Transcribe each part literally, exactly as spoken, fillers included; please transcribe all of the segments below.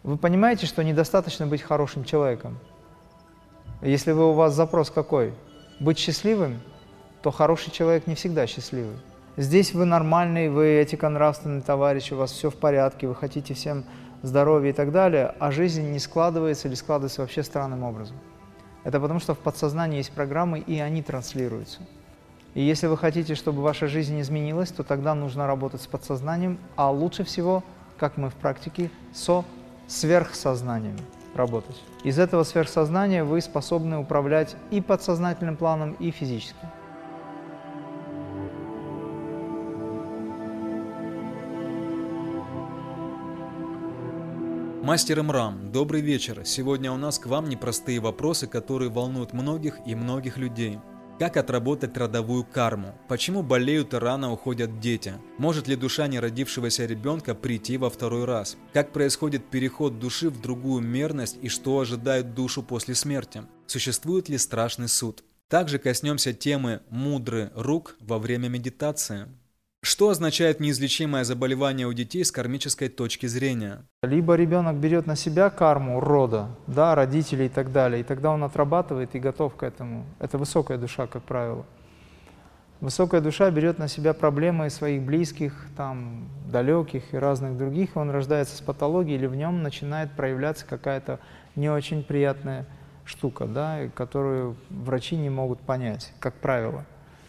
Вы понимаете, что недостаточно быть хорошим человеком. Если вы, у вас запрос какой? Быть счастливым, то хороший человек не всегда счастливый. Здесь вы нормальный, вы этико-нравственный товарищ, у вас все в порядке, вы хотите всем здоровья и так далее, а жизнь не складывается или складывается вообще странным образом. Это потому, что в подсознании есть программы, и они транслируются. И если вы хотите, чтобы ваша жизнь изменилась, то тогда нужно работать с подсознанием, а лучше всего, как мы в практике, со сверхсознанием работать. Из этого сверхсознания вы способны управлять и подсознательным планом, и физическим. Мастер Имрам, добрый вечер. Сегодня у нас к вам непростые вопросы, которые волнуют многих и многих людей. Как отработать родовую карму? Почему болеют и рано уходят дети? Может ли душа неродившегося ребенка прийти во второй раз? Как происходит переход души в другую мерность и что ожидает душу после смерти? Существует ли страшный суд? Также коснемся темы «мудрый рук» во время медитации. Что означает неизлечимое заболевание у детей с кармической точки зрения? Либо ребенок берет на себя карму рода, да, родителей и так далее, и тогда он отрабатывает и готов к этому. Это высокая душа, как правило. Высокая душа берет на себя проблемы своих близких, там, далеких и разных других, и он рождается с патологией, или в нем начинает проявляться какая-то не очень приятная штука, да, которую врачи не могут понять, как правило.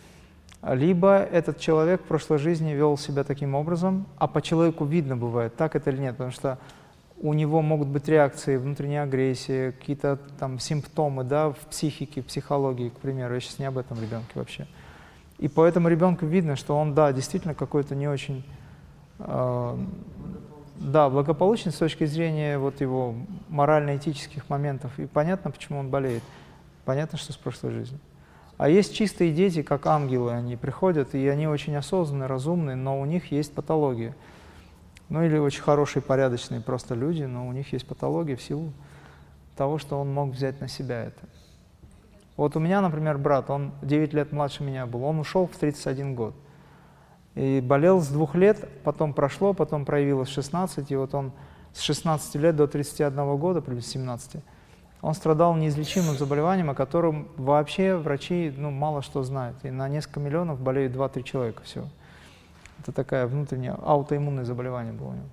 Либо этот человек в прошлой жизни вел себя таким образом, а по человеку видно бывает, так это или нет, потому что у него могут быть реакции, внутренняя агрессия, какие-то там симптомы, да, в психике, в психологии, к примеру. Я сейчас не об этом ребенке вообще. И по этому ребенку видно, что он, да, действительно какой-то не очень, э, да, благополучный с точки зрения вот его морально-этических моментов. И понятно, почему он болеет. Понятно, что с прошлой жизни. А есть чистые дети, как ангелы, они приходят, и они очень осознанные, разумные, но у них есть патология. Ну или очень хорошие, порядочные просто люди, но у них есть патология в силу того, что он мог взять на себя это. Вот у меня, например, брат, он девять лет младше меня был, он ушел в тридцать один год. И болел с двух лет, потом прошло, потом проявилось шестнадцать, и вот он с шестнадцати лет до тридцати одного года, плюс семнадцати, он страдал неизлечимым заболеванием, о котором вообще врачи, ну, мало что знают. И на несколько миллионов болеют два-три человека всего. Это такая внутренняя аутоиммунное заболевание было у него.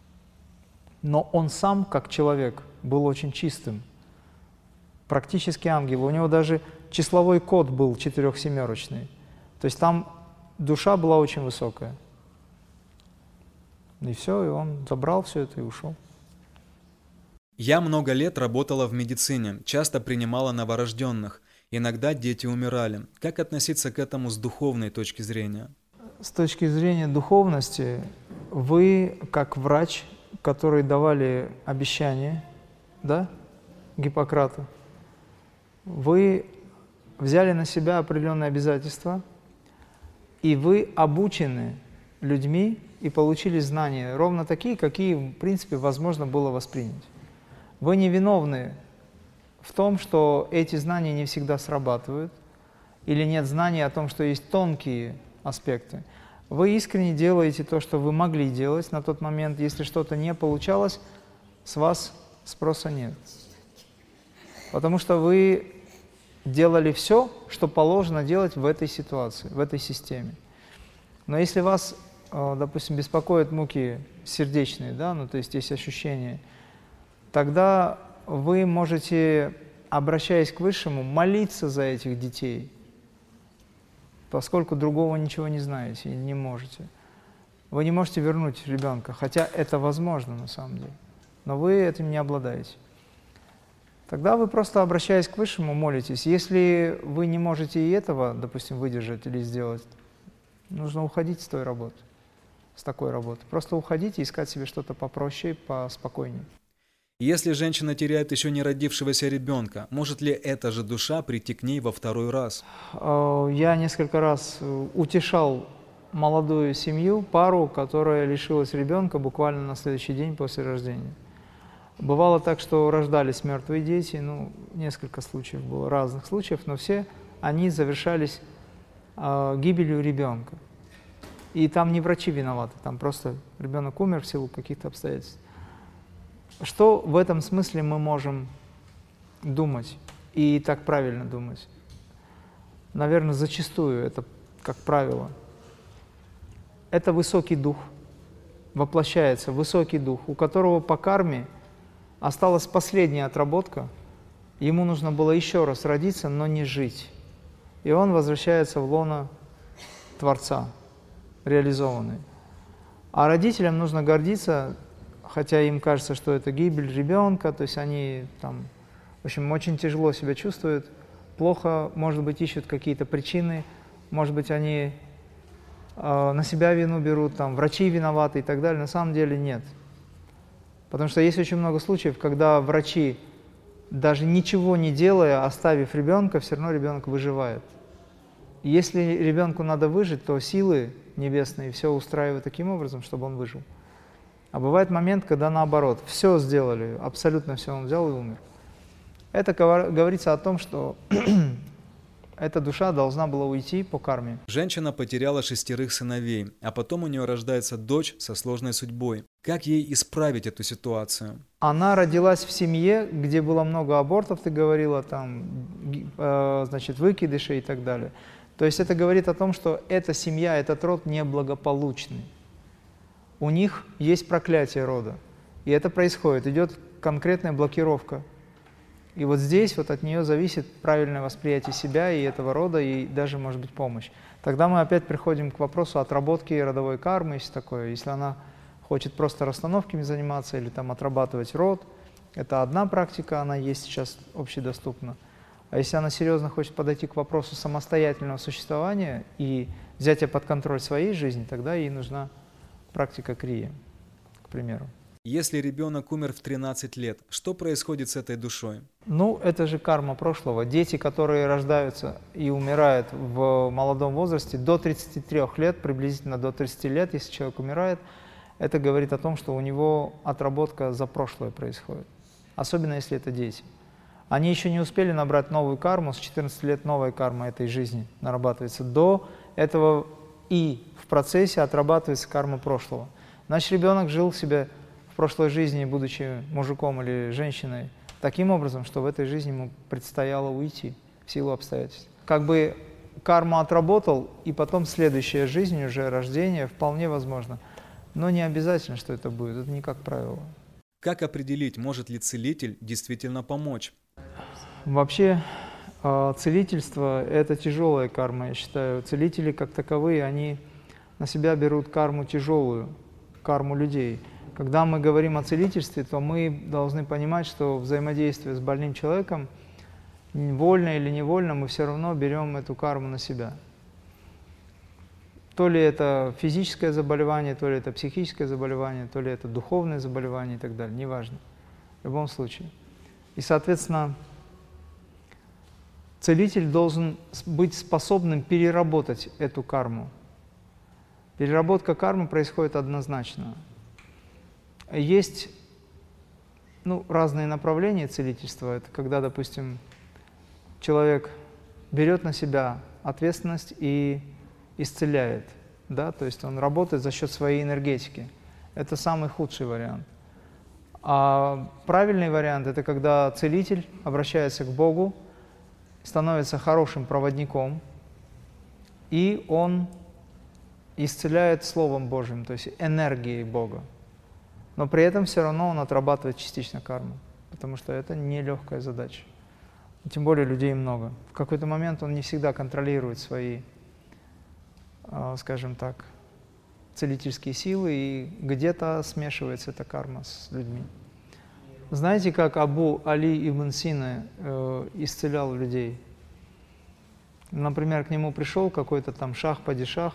Но он сам, как человек, был очень чистым. Практически ангел. У него даже числовой код был четырехсемерочный. То есть там душа была очень высокая. И все, и он забрал все это и ушел. Я много лет работала в медицине, часто принимала новорожденных. Иногда дети умирали. Как относиться к этому с духовной точки зрения? С точки зрения духовности, вы, как врач, который давали обещание, да, Гиппократу, вы взяли на себя определенные обязательства, и вы обучены людьми и получили знания, ровно такие, какие, в принципе, возможно было воспринять. Вы не виновны в том, что эти знания не всегда срабатывают, или нет знаний о том, что есть тонкие аспекты. Вы искренне делаете то, что вы могли делать на тот момент. Если что-то не получалось, с вас спроса нет. Потому что вы делали все, что положено делать в этой ситуации, в этой системе. Но если вас, допустим, беспокоят муки сердечные, да, ну то есть есть ощущения, тогда вы можете, обращаясь к Высшему, молиться за этих детей, поскольку другого ничего не знаете и не можете. Вы не можете вернуть ребенка, хотя это возможно на самом деле, но вы этим не обладаете. Тогда вы просто, обращаясь к Высшему, молитесь. Если вы не можете и этого, допустим, выдержать или сделать, нужно уходить с той работы, с такой работы. Просто уходите и искать себе что-то попроще, поспокойнее. Если женщина теряет еще не родившегося ребенка, может ли эта же душа прийти к ней во второй раз? Я несколько раз утешал молодую семью, пару, которая лишилась ребенка буквально на следующий день после рождения. Бывало так, что рождались мертвые дети, ну, несколько случаев было, разных случаев, но все они завершались э, гибелью ребенка. И там не врачи виноваты, там просто ребенок умер в силу каких-то обстоятельств. Что в этом смысле мы можем думать и так правильно думать? Наверное, зачастую это, как правило, это высокий дух, воплощается высокий дух, у которого по карме осталась последняя отработка, ему нужно было еще раз родиться, но не жить. И он возвращается в лоно Творца, реализованный. А родителям нужно гордиться, хотя им кажется, что это гибель ребенка, то есть они там, в общем, очень тяжело себя чувствуют, плохо, может быть, ищут какие-то причины, может быть, они э, на себя вину берут, там, врачи виноваты и так далее. На самом деле нет. Потому что есть очень много случаев, когда врачи, даже ничего не делая, оставив ребенка, все равно ребенок выживает. И если ребенку надо выжить, то силы небесные все устраивают таким образом, чтобы он выжил. А бывает момент, когда наоборот, все сделали, абсолютно все он взял и умер. Это говорится о том, что эта душа должна была уйти по карме. Женщина потеряла шестерых сыновей, а потом у нее рождается дочь со сложной судьбой. Как ей исправить эту ситуацию? Она родилась в семье, где было много абортов, ты говорила, там, э, значит, выкидышей и так далее. То есть это говорит о том, что эта семья, этот род неблагополучный. У них есть проклятие рода. И это происходит, идет конкретная блокировка. И вот здесь вот от нее зависит правильное восприятие себя и этого рода, и даже, может быть, помощь. Тогда мы опять приходим к вопросу отработки родовой кармы, если такое. Если она хочет просто расстановками заниматься или там отрабатывать род, это одна практика, она есть сейчас общедоступна. А если она серьезно хочет подойти к вопросу самостоятельного существования и взять ее под контроль своей жизни, тогда ей нужна практика крия, к примеру. Если ребенок умер в тринадцать лет, что происходит с этой душой? Ну, это же карма прошлого. Дети, которые рождаются и умирают в молодом возрасте, до тридцати трёх лет, приблизительно до тридцати лет, если человек умирает, это говорит о том, что у него отработка за прошлое происходит. Особенно, если это дети. Они еще не успели набрать новую карму, с четырнадцати лет новая карма этой жизни нарабатывается. До этого и в процессе отрабатывается карма прошлого. Значит, ребенок жил себе в прошлой жизни, будучи мужиком или женщиной, таким образом, что в этой жизни ему предстояло уйти в силу обстоятельств. Как бы карму отработал, и потом следующая жизнь, уже рождение, вполне возможно. Но не обязательно, что это будет, это не как правило. Как определить, может ли целитель действительно помочь? Вообще, целительство – это тяжелая карма, я считаю. Целители, как таковые, они на себя берут карму тяжелую, карму людей. Когда мы говорим о целительстве, то мы должны понимать, что взаимодействие с больным человеком, вольно или невольно, мы все равно берем эту карму на себя. То ли это физическое заболевание, то ли это психическое заболевание, то ли это духовное заболевание и так далее, неважно, в любом случае. И, соответственно, целитель должен быть способным переработать эту карму. Переработка кармы происходит однозначно. Есть ну, разные направления целительства. Это когда, допустим, человек берет на себя ответственность и исцеляет, да? То есть он работает за счет своей энергетики. Это самый худший вариант. А правильный вариант – это когда целитель обращается к Богу, становится хорошим проводником, и он исцеляет Словом Божьим, то есть энергией Бога. Но при этом все равно он отрабатывает частично карму, потому что это нелегкая задача. Тем более людей много. В какой-то момент он не всегда контролирует свои, скажем так, целительские силы, и где-то смешивается эта карма с людьми. Знаете, как Абу Али ибн Сина э, исцелял людей? Например, к нему пришел какой-то там шах-падишах,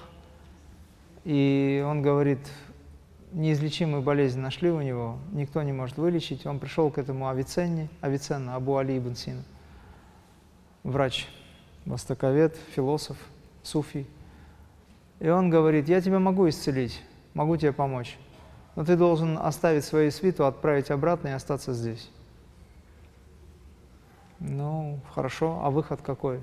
и он говорит, неизлечимую болезнь нашли у него, никто не может вылечить. Он пришел к этому Авиценне, Авиценна, Абу Али ибн Сина, врач, востоковед, философ, суфий. И он говорит, я тебя могу исцелить, могу тебе помочь, но ты должен оставить свою свиту, отправить обратно и остаться здесь. Ну, хорошо, а выход какой?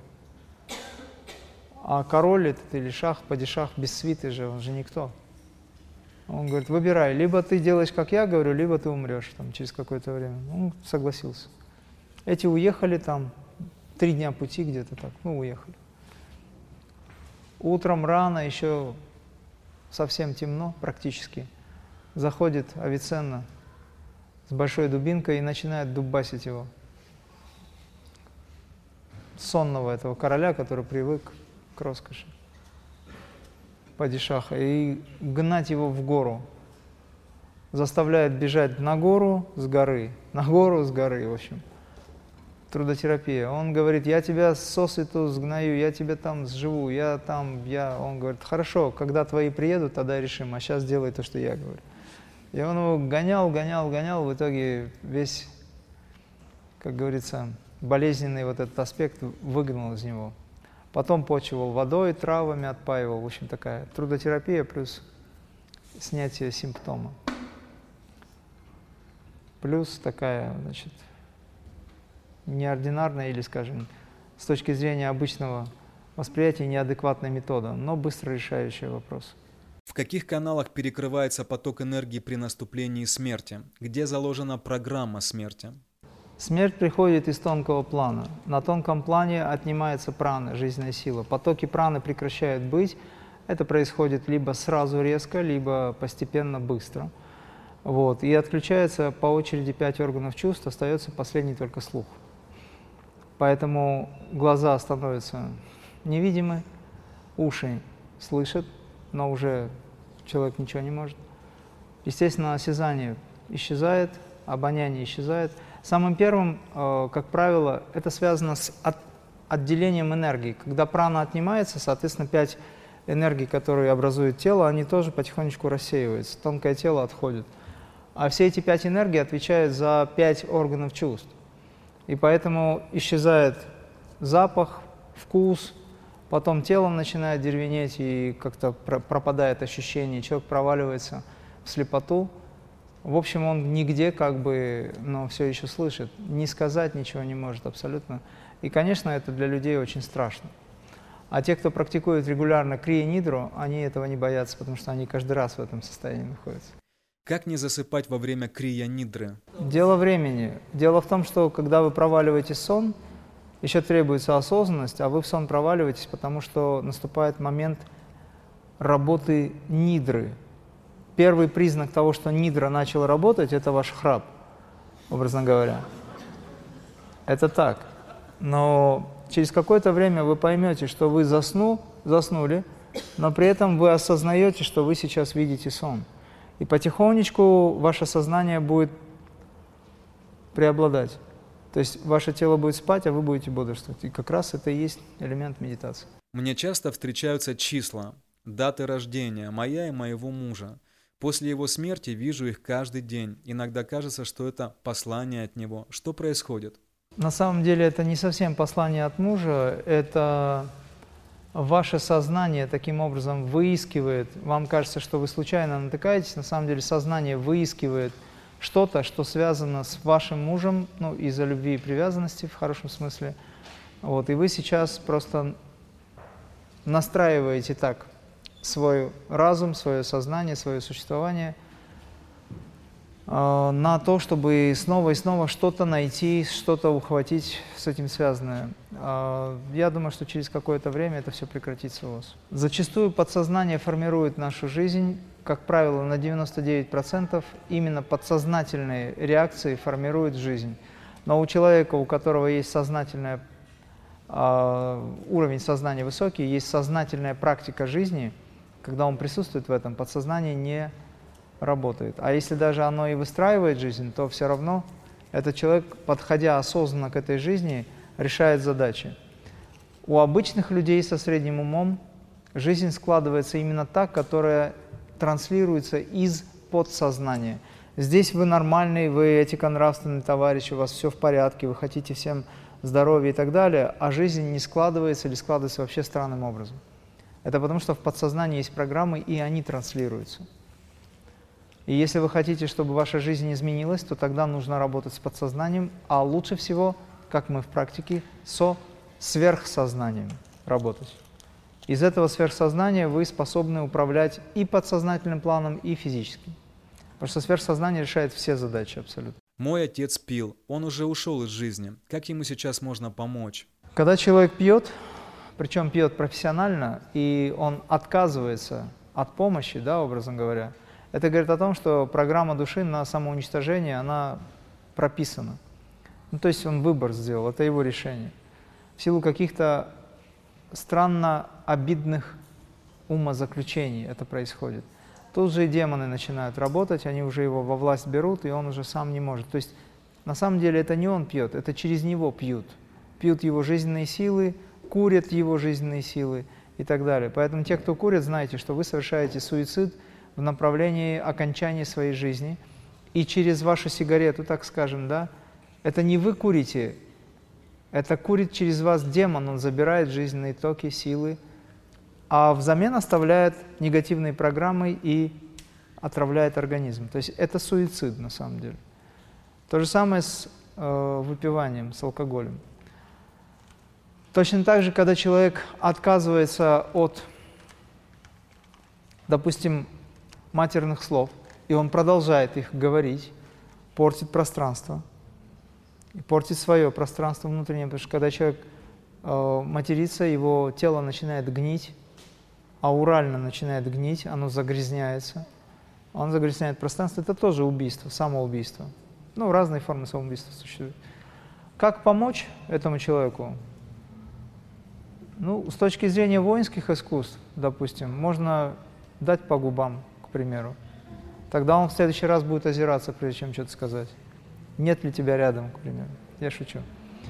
А король этот или шах, падишах без свиты же, он же никто. Он говорит, выбирай, либо ты делаешь, как я говорю, либо ты умрешь там, через какое-то время. Он согласился. Эти уехали там, три дня пути где-то так, ну, уехали. Утром рано, еще совсем темно практически, заходит Авиценна с большой дубинкой и начинает дубасить его. Сонного этого короля, который привык к роскоши, падишаха, и гнать его в гору. Заставляет бежать на гору с горы, на гору с горы, в общем. Трудотерапия. Он говорит, я тебя сосвету сгною, я тебя там сживу, я там, я... Он говорит, хорошо, когда твои приедут, тогда решим, а сейчас делай то, что я говорю. И он его гонял, гонял, гонял, в итоге весь, как говорится, болезненный вот этот аспект выгнал из него. Потом почивал водой, травами отпаивал. В общем, такая трудотерапия плюс снятие симптома. Плюс такая, значит, неординарная или, скажем, с точки зрения обычного восприятия неадекватная метода, но быстро решающая вопрос. В каких каналах перекрывается поток энергии при наступлении смерти? Где заложена программа смерти? Смерть приходит из тонкого плана. На тонком плане отнимается прана, жизненная сила. Потоки праны прекращают быть. Это происходит либо сразу резко, либо постепенно быстро. Вот. И отключается по очереди пять органов чувств, остается последний только слух. Поэтому глаза становятся невидимы, уши слышат, но уже человек ничего не может. Естественно, осязание исчезает, обоняние исчезает. Самым первым, как правило, это связано с отделением энергии. Когда прана отнимается, соответственно, пять энергий, которые образуют тело, они тоже потихонечку рассеиваются, тонкое тело отходит. А все эти пять энергий отвечают за пять органов чувств. И поэтому исчезает запах, вкус, потом тело начинает деревенеть и как-то пропадает ощущение, человек проваливается в слепоту. В общем, он нигде как бы, но все еще слышит, не сказать ничего не может абсолютно. И, конечно, это для людей очень страшно. А те, кто практикует регулярно крия-нидру, они этого не боятся, потому что они каждый раз в этом состоянии находятся. Как не засыпать во время крия-нидры? Дело времени. Дело в том, что когда вы проваливаете сон, еще требуется осознанность, а вы в сон проваливаетесь, потому что наступает момент работы нидры. Первый признак того, что нидра начала работать, это ваш храп, образно говоря. Это так. Но через какое-то время вы поймете, что вы засну, заснули, но при этом вы осознаете, что вы сейчас видите сон. И потихонечку ваше сознание будет преобладать. То есть ваше тело будет спать, а вы будете бодрствовать. И как раз это и есть элемент медитации. Мне часто встречаются числа, даты рождения моя и моего мужа. После его смерти вижу их каждый день. Иногда кажется, что это послание от него. Что происходит? На самом деле это не совсем послание от мужа, это ваше сознание таким образом выискивает, вам кажется, что вы случайно натыкаетесь, на самом деле сознание выискивает что-то, что связано с вашим мужем, ну, из-за любви и привязанности, в хорошем смысле. Вот, и вы сейчас просто настраиваете так свой разум, свое сознание, свое существование э, на то, чтобы снова и снова что-то найти, что-то ухватить с этим связанное. Э, я думаю, что через какое-то время это все прекратится у вас. Зачастую подсознание формирует нашу жизнь, как правило, на девяносто девять процентов именно подсознательные реакции формируют жизнь. Но у человека, у которого есть сознательная, э, уровень сознания высокий, есть сознательная практика жизни, когда он присутствует в этом, подсознание не работает. А если даже оно и выстраивает жизнь, то все равно этот человек, подходя осознанно к этой жизни, решает задачи. У обычных людей со средним умом жизнь складывается именно так, которая транслируется из подсознания. Здесь вы нормальный, вы этико-нравственный товарищ, у вас все в порядке, вы хотите всем здоровья и так далее, а жизнь не складывается или складывается вообще странным образом. Это потому, что в подсознании есть программы, и они транслируются. И если вы хотите, чтобы ваша жизнь изменилась, то тогда нужно работать с подсознанием, а лучше всего, как мы в практике, со сверхсознанием работать. Из этого сверхсознания вы способны управлять и подсознательным планом, и физическим. Потому что сверхсознание решает все задачи абсолютно. Мой отец пил, он уже ушел из жизни. Как ему сейчас можно помочь? Когда человек пьет, причем пьет профессионально, и он отказывается от помощи, да, образно говоря, это говорит о том, что программа души на самоуничтожение, она прописана. Ну, то есть он выбор сделал, это его решение. В силу каких-то странно обидных умозаключений это происходит. Тут же и демоны начинают работать, они уже его во власть берут, и он уже сам не может. То есть на самом деле это не он пьет, это через него пьют. Пьют его жизненные силы, курят его жизненные силы и так далее. Поэтому те, кто курят, знайте, что вы совершаете суицид в направлении окончания своей жизни. И через вашу сигарету, так скажем, да, это не вы курите, это курит через вас демон, он забирает жизненные токи, силы, а взамен оставляет негативные программы и отравляет организм. То есть это суицид на самом деле. То же самое с э, выпиванием, с алкоголем. Точно так же, когда человек отказывается от, допустим, матерных слов, и он продолжает их говорить, портит пространство, и портит свое пространство внутреннее, потому что когда человек э, матерится, его тело начинает гнить, аурально начинает гнить, оно загрязняется, он загрязняет пространство, это тоже убийство, самоубийство. Ну, разные формы самоубийства существуют. Как помочь этому человеку? Ну, с точки зрения воинских искусств, допустим, можно дать по губам, к примеру. Тогда он в следующий раз будет озираться, прежде чем что-то сказать. Нет ли тебя рядом, к примеру. Я шучу.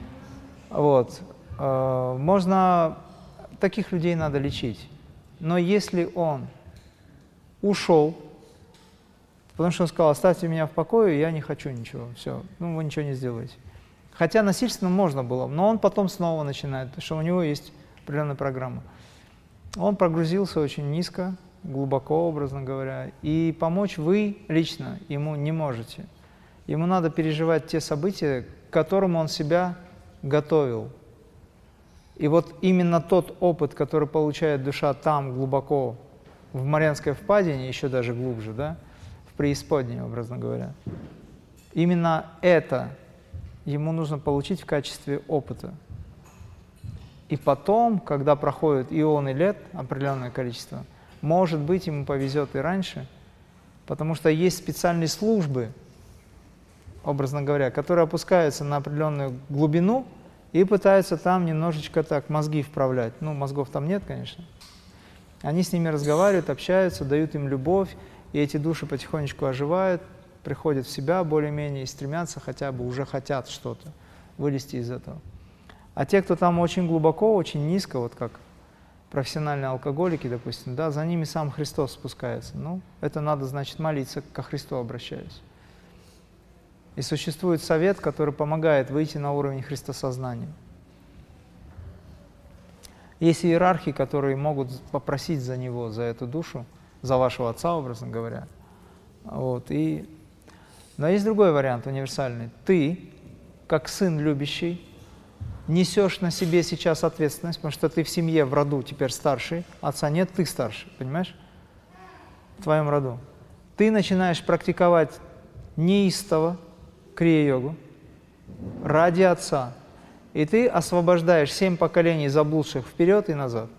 Вот. Можно... Таких людей надо лечить. Но если он ушел, потому что он сказал, оставьте меня в покое, я не хочу ничего, все, ну вы ничего не сделаете. Хотя насильственно можно было, но он потом снова начинает, потому что у него есть определенная программа. Он прогрузился очень низко, глубоко, образно говоря, и помочь вы лично ему не можете. Ему надо переживать те события, к которым он себя готовил. И вот именно тот опыт, который получает душа там, глубоко, в Марианской впадине, еще даже глубже, да, в преисподней, образно говоря, именно это ему нужно получить в качестве опыта. И потом, когда проходит ионы лет, определенное количество, может быть, ему повезет и раньше, потому что есть специальные службы, образно говоря, которые опускаются на определенную глубину и пытаются там немножечко так мозги вправлять. Ну, мозгов там нет, конечно. Они с ними разговаривают, общаются, дают им любовь, и эти души потихонечку оживают, приходят в себя более-менее и стремятся хотя бы, уже хотят что-то вылезти из этого. А те, кто там очень глубоко, очень низко, вот как профессиональные алкоголики, допустим, да, за ними сам Христос спускается. Ну, это надо, значит, молиться, ко Христу обращаясь. И существует совет, который помогает выйти на уровень христосознания. Есть иерархи, которые могут попросить за него, за эту душу, за вашего отца, образно говоря. Вот, и... Но есть другой вариант, универсальный. Ты, как сын любящий, несешь на себе сейчас ответственность, потому что ты в семье, в роду теперь старший, отца нет, ты старший, понимаешь? В твоем роду. Ты начинаешь практиковать неистово крия-йогу ради отца. И ты освобождаешь семь поколений заблудших вперед и назад.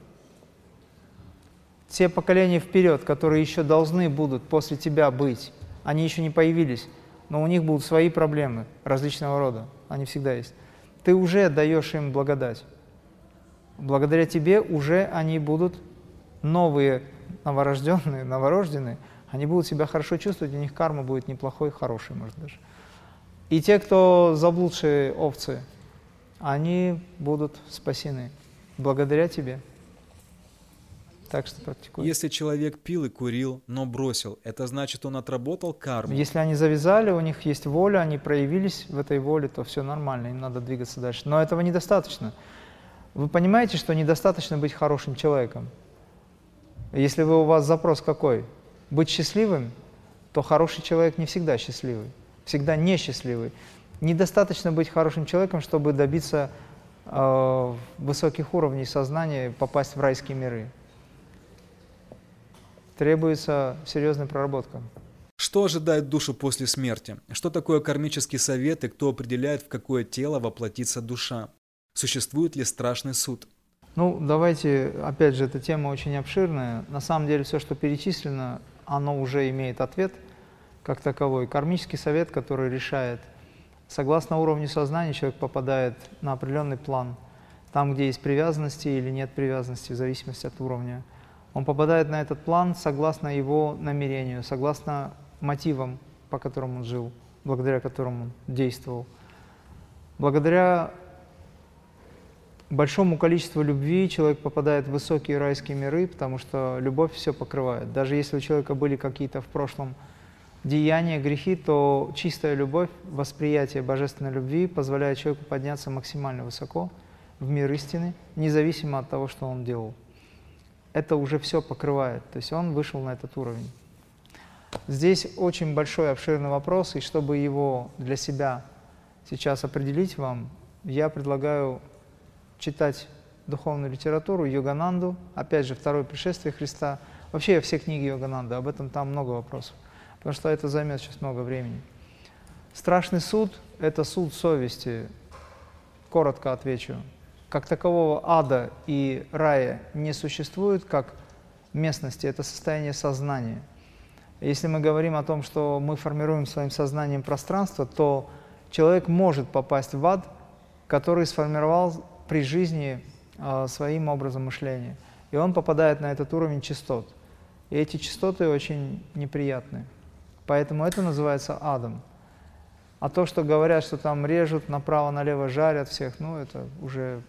Те поколения вперед, которые еще должны будут после тебя быть, они еще не появились, но у них будут свои проблемы различного рода, они всегда есть. Ты уже даешь им благодать. Благодаря тебе уже они будут новые, новорожденные, новорожденные, они будут себя хорошо чувствовать, у них карма будет неплохой, хорошей, может даже. И те, кто заблудшие овцы, они будут спасены благодаря тебе. Так что практикуй. Если человек пил и курил, но бросил, это значит, он отработал карму? Если они завязали, у них есть воля, они проявились в этой воле, то все нормально, им надо двигаться дальше. Но этого недостаточно. Вы понимаете, что недостаточно быть хорошим человеком? Если вы, у вас запрос какой? Быть счастливым, то хороший человек не всегда счастливый, всегда несчастливый. Недостаточно быть хорошим человеком, чтобы добиться э, высоких уровней сознания, попасть в райские миры. требуется серьезная проработка. Что ожидает душу после смерти? Что такое кармический совет и кто определяет, в какое тело воплотится душа? Существует ли страшный суд? Ну, давайте, опять же, эта тема очень обширная. На самом деле, все, что перечислено, оно уже имеет ответ как таковой. Кармический совет, который решает, согласно уровню сознания, человек попадает на определенный план, там, где есть привязанности или нет привязанности, в зависимости от уровня. Он попадает на этот план согласно его намерению, согласно мотивам, по которым он жил, благодаря которым он действовал. Благодаря большому количеству любви человек попадает в высокие райские миры, потому что любовь все покрывает. Даже если у человека были какие-то в прошлом деяния, грехи, то чистая любовь, восприятие божественной любви позволяет человеку подняться максимально высоко в мир истины, независимо от того, что он делал. Это уже все покрывает, то есть он вышел на этот уровень. Здесь очень большой, обширный вопрос, и чтобы его для себя сейчас определить вам, я предлагаю читать духовную литературу, Йогананду, опять же, второе пришествие Христа, вообще все книги Йогананды, об этом там много вопросов, потому что это займет сейчас много времени. Страшный суд – это суд совести, коротко отвечу. Как такового ада и рая не существует, как местности, это состояние сознания. Если мы говорим о том, что мы формируем своим сознанием пространство, то человек может попасть в ад, который сформировал при жизни э, своим образом мышления. И он попадает на этот уровень частот. И эти частоты очень неприятные. Поэтому это называется адом. А то, что говорят, что там режут, направо-налево жарят всех, ну это уже...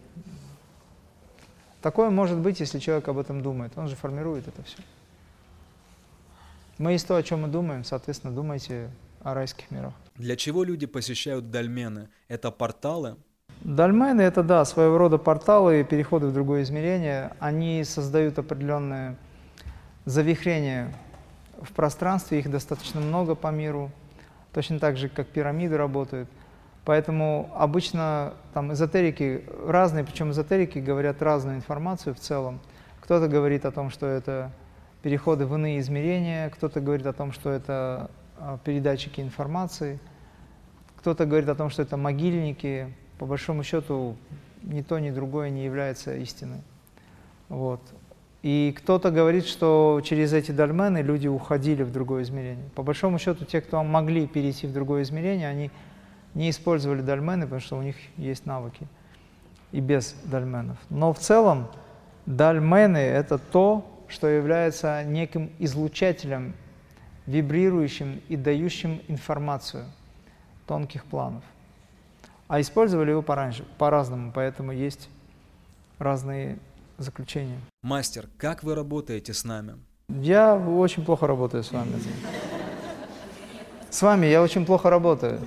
Такое может быть, если человек об этом думает. Он же формирует это все. Мы есть то, о чем мы думаем, соответственно, думайте о райских мирах. Для чего люди посещают дольмены? Это порталы? Дольмены – это, да, своего рода порталы и переходы в другое измерение. Они создают определенное завихрение в пространстве, их достаточно много по миру, точно так же, как пирамиды работают. Поэтому обычно там эзотерики разные, причем эзотерики говорят разную информацию в целом. Кто-то говорит о том, что это переходы в иные измерения, кто-то говорит о том, что это передатчики информации, кто-то говорит о том, что это могильники. По большому счету, ни то, ни другое не является истиной. Вот. И кто-то говорит, что через эти дольмены люди уходили в другое измерение. По большому счету, те, кто могли перейти в другое измерение, они не использовали дольмены, потому что у них есть навыки и без дольменов. Но в целом дольмены – это то, что является неким излучателем, вибрирующим и дающим информацию тонких планов. А использовали его пораньше, по-разному, поэтому есть разные заключения. Мастер, как вы работаете с нами? Я очень плохо работаю с вами. С вами я очень плохо работаю.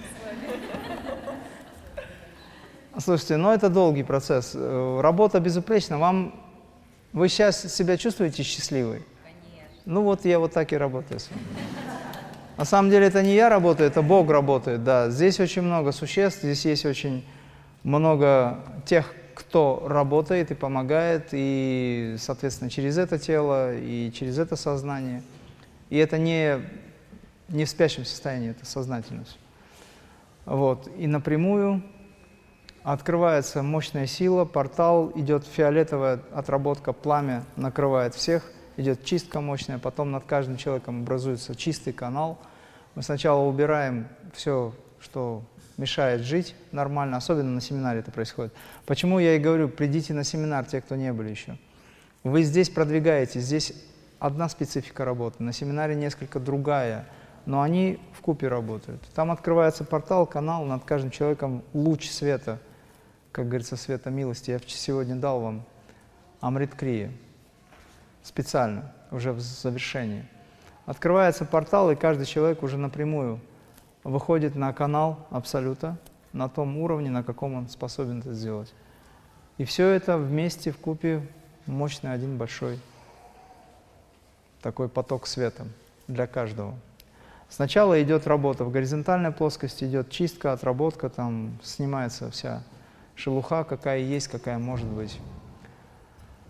Слушайте, ну это долгий процесс. Работа безупречна. Вам... Вы сейчас себя чувствуете счастливой? Конечно. Ну вот я вот так и работаю с вами. На самом деле это не я работаю, это Бог работает, да. Здесь очень много существ, здесь есть очень много тех, кто работает и помогает, и, соответственно, через это тело, и через это сознание. И это не, не в спящем состоянии, это сознательность. Вот. И напрямую открывается мощная сила, портал, идет фиолетовая отработка, пламя накрывает всех, идет чистка мощная, потом над каждым человеком образуется чистый канал. Мы сначала убираем все, что мешает жить нормально, особенно на семинаре это происходит. Почему я и говорю, придите на семинар, те, кто не были еще. Вы здесь продвигаетесь, здесь одна специфика работы, на семинаре несколько другая, но они вкупе работают. Там открывается портал, канал, над каждым человеком луч света, как говорится, света милости. Я сегодня дал вам Амрит Крия, специально, уже в завершении. Открывается портал, и каждый человек уже напрямую выходит на канал Абсолюта, на том уровне, на каком он способен это сделать. И все это вместе, вкупе, мощный один большой такой поток света для каждого. Сначала идет работа в горизонтальной плоскости, идет чистка, отработка, там снимается вся шелуха, какая есть, какая может быть.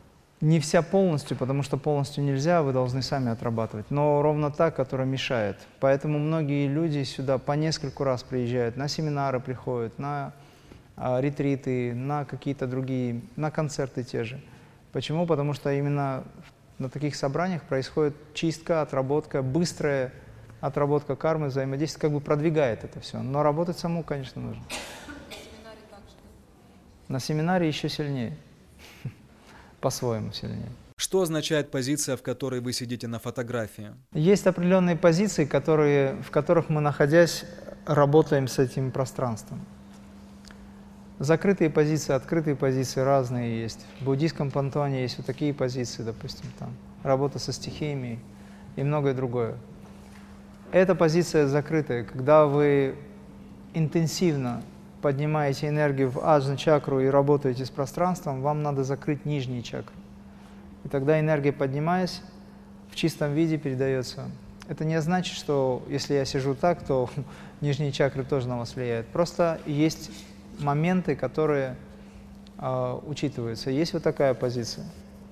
Не вся полностью, потому что полностью нельзя, вы должны сами отрабатывать, но ровно та, которая мешает. Поэтому многие люди сюда по нескольку раз приезжают, на семинары приходят, на а, ретриты, на какие-то другие, на концерты те же. Почему? Потому что именно на таких собраниях происходит чистка, отработка, быстрая отработка кармы, взаимодействие, как бы продвигает это все. Но работать саму, конечно, нужно. На семинаре еще сильнее. По-своему сильнее. Что означает позиция, в которой вы сидите на фотографии? Есть определенные позиции, которые, в которых мы, находясь, работаем с этим пространством. Закрытые позиции, открытые позиции разные есть. В буддийском пантеоне есть вот такие позиции, допустим, там, работа со стихиями и многое другое. Эта позиция закрытая, когда вы интенсивно поднимаете энергию в аджна-чакру и работаете с пространством, вам надо закрыть нижние чакры. И тогда энергия, поднимаясь, в чистом виде передается. Это не значит, что если я сижу так, то нижние чакры тоже на вас влияют. Просто есть моменты, которые э, учитываются. Есть вот такая позиция.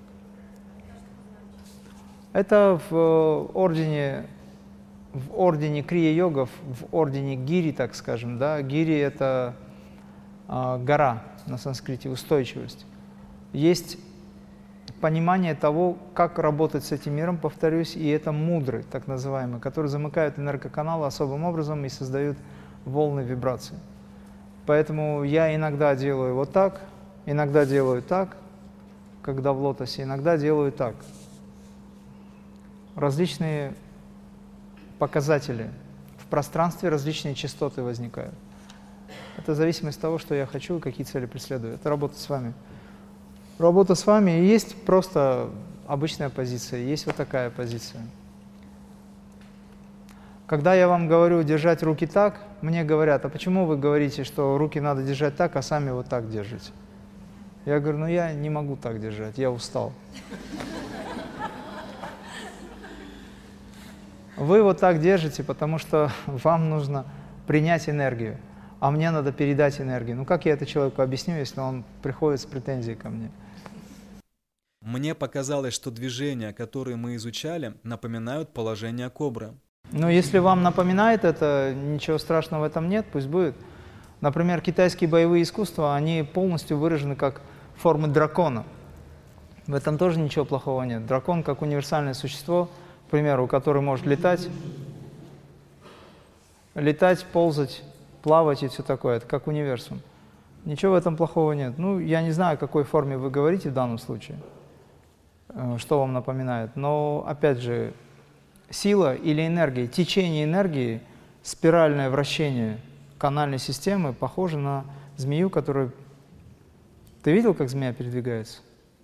Это в ордене, в ордене крия-йогов, в ордене гири, так скажем, да, гири — это э, гора на санскрите, устойчивость. Есть понимание того, как работать с этим миром, повторюсь, и это мудры, так называемые, которые замыкают энергоканалы особым образом и создают волны вибраций. Поэтому я иногда делаю вот так, иногда делаю так, когда в лотосе, иногда делаю так. Различные показатели в пространстве, различные частоты возникают. Это зависимость от того, что я хочу и какие цели преследую. Это работа с вами. Работа с вами, и есть просто обычная позиция, есть вот такая позиция. Когда я вам говорю держать руки так, мне говорят: а почему вы говорите, что руки надо держать так, а сами вот так держите? Я говорю: ну я не могу так держать, я устал. Вы вот так держите, потому что вам нужно принять энергию, а мне надо передать энергию. Ну как я это человеку объясню, если он приходит с претензией ко мне? Мне показалось, что движения, которые мы изучали, напоминают положение кобры. Ну, если вам напоминает это, ничего страшного в этом нет, пусть будет. Например, китайские боевые искусства, они полностью выражены как формы дракона. В этом тоже ничего плохого нет. Дракон как универсальное существо, к примеру, который может летать, летать, ползать, плавать и все такое. Это как универсум. Ничего в этом плохого нет. Ну, я не знаю, о какой форме вы говорите в данном случае, что вам напоминает. Но, опять же, сила или энергия, течение энергии, спиральное вращение канальной системы похоже на змею, которая... Ты видел, как змея передвигается?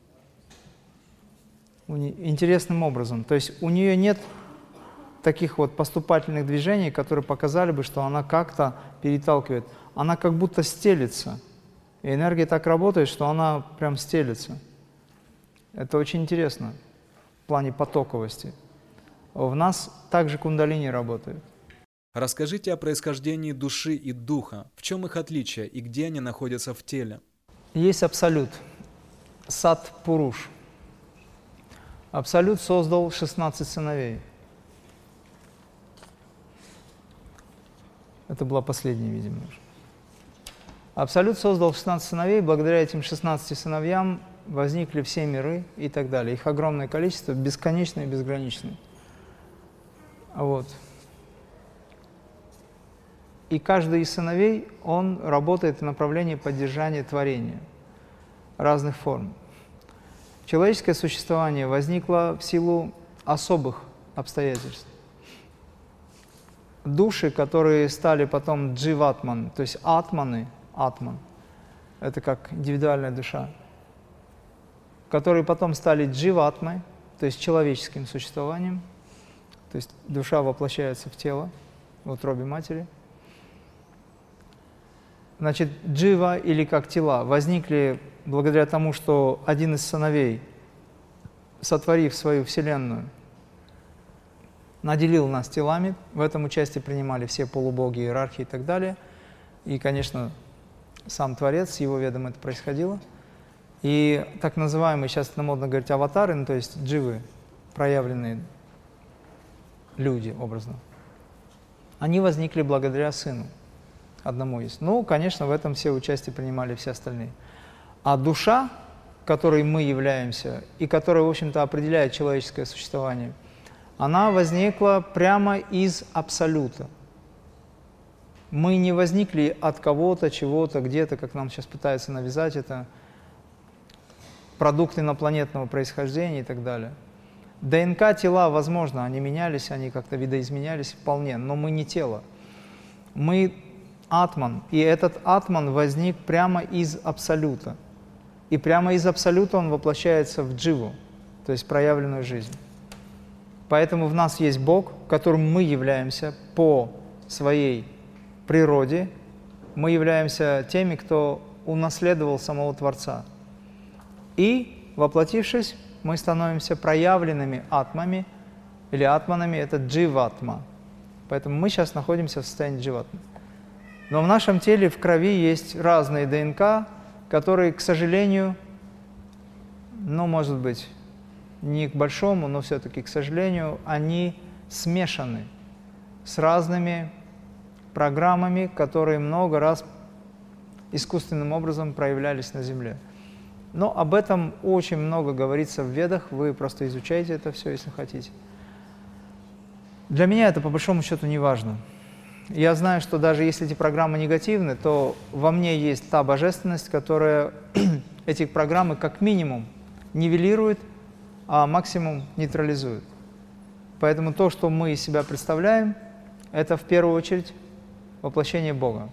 Интересным образом. То есть у нее нет таких вот поступательных движений, которые показали бы, что она как-то переталкивает. Она как будто стелится. И энергия так работает, что она прям стелится. Это очень интересно в плане потоковости. В нас также кундалини работают. Расскажите о происхождении души и духа. В чем их отличие и где они находятся в теле? Есть абсолют. Сат Пуруш. Абсолют создал шестнадцать сыновей. Это была последняя, видимо, уже. Абсолют создал шестнадцать сыновей, благодаря этим шестнадцати сыновьям возникли все миры и так далее. Их огромное количество, бесконечное и безграничное. Вот. И каждый из сыновей, он работает в направлении поддержания творения разных форм. Человеческое существование возникло в силу особых обстоятельств. Души, которые стали потом дживатман, то есть атманы, атман, это как индивидуальная душа, которые потом стали дживатмой, то есть человеческим существованием, то есть душа воплощается в тело, в утробе матери. Значит, джива или как тела возникли благодаря тому, что один из сыновей, сотворив свою вселенную, наделил нас телами. В этом участие принимали все полубоги, иерархи и так далее. И, конечно, сам Творец, с его ведом это происходило. И так называемые, сейчас это модно говорить, аватары, ну, то есть дживы, проявленные люди, образно, они возникли благодаря Сыну, одному есть. Ну, конечно, в этом все участие принимали все остальные. А душа, которой мы являемся, и которая, в общем-то, определяет человеческое существование, она возникла прямо из Абсолюта. Мы не возникли от кого-то, чего-то, где-то, как нам сейчас пытаются навязать это, продукты инопланетного происхождения и так далее. ДНК тела, возможно, они менялись, они как-то видоизменялись вполне, но мы не тело. Мы атман, и этот атман возник прямо из Абсолюта. И прямо из Абсолюта он воплощается в дживу, то есть проявленную жизнь. Поэтому в нас есть Бог, которым мы являемся по своей природе. Мы являемся теми, кто унаследовал самого Творца. И, воплотившись, мы становимся проявленными атмами, или атманами, это дживатма. Поэтому мы сейчас находимся в состоянии дживатмы. Но в нашем теле, в крови есть разные ДНК, которые, к сожалению, ну, может быть, не к большому, но все-таки, к сожалению, они смешаны с разными программами, которые много раз искусственным образом проявлялись на Земле. Но об этом очень много говорится в Ведах, вы просто изучаете это все, если хотите. Для меня это, по большому счету, не важно. Я знаю, что даже если эти программы негативны, то во мне есть та божественность, которая эти программы как минимум нивелирует, а максимум нейтрализует. Поэтому то, что мы из себя представляем, это в первую очередь воплощение Бога.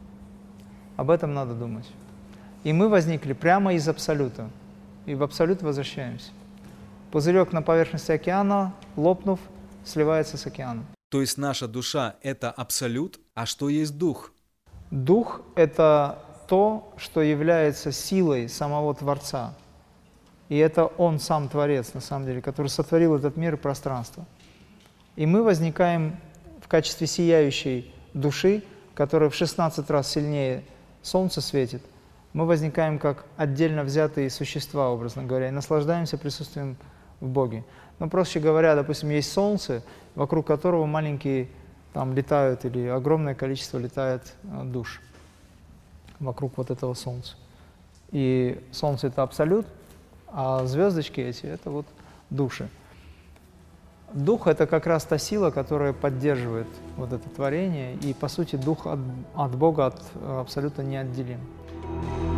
Об этом надо думать. И мы возникли прямо из Абсолюта, и в Абсолют возвращаемся. Пузырек на поверхности океана, лопнув, сливается с океаном. То есть наша душа – это Абсолют, а что есть Дух? Дух – это то, что является силой самого Творца. И это Он сам Творец, на самом деле, который сотворил этот мир и пространство. И мы возникаем в качестве сияющей души, которая в шестнадцать раз сильнее Солнца светит. Мы возникаем как отдельно взятые существа, образно говоря, и наслаждаемся присутствием в Боге. Ну, проще говоря, допустим, есть Солнце, вокруг которого маленькие там летают, или огромное количество летает душ вокруг вот этого Солнца. И Солнце – это Абсолют, а звездочки эти – это вот души. Дух – это как раз та сила, которая поддерживает вот это творение, и, по сути, Дух от, от Бога, от Абсолюта неотделим.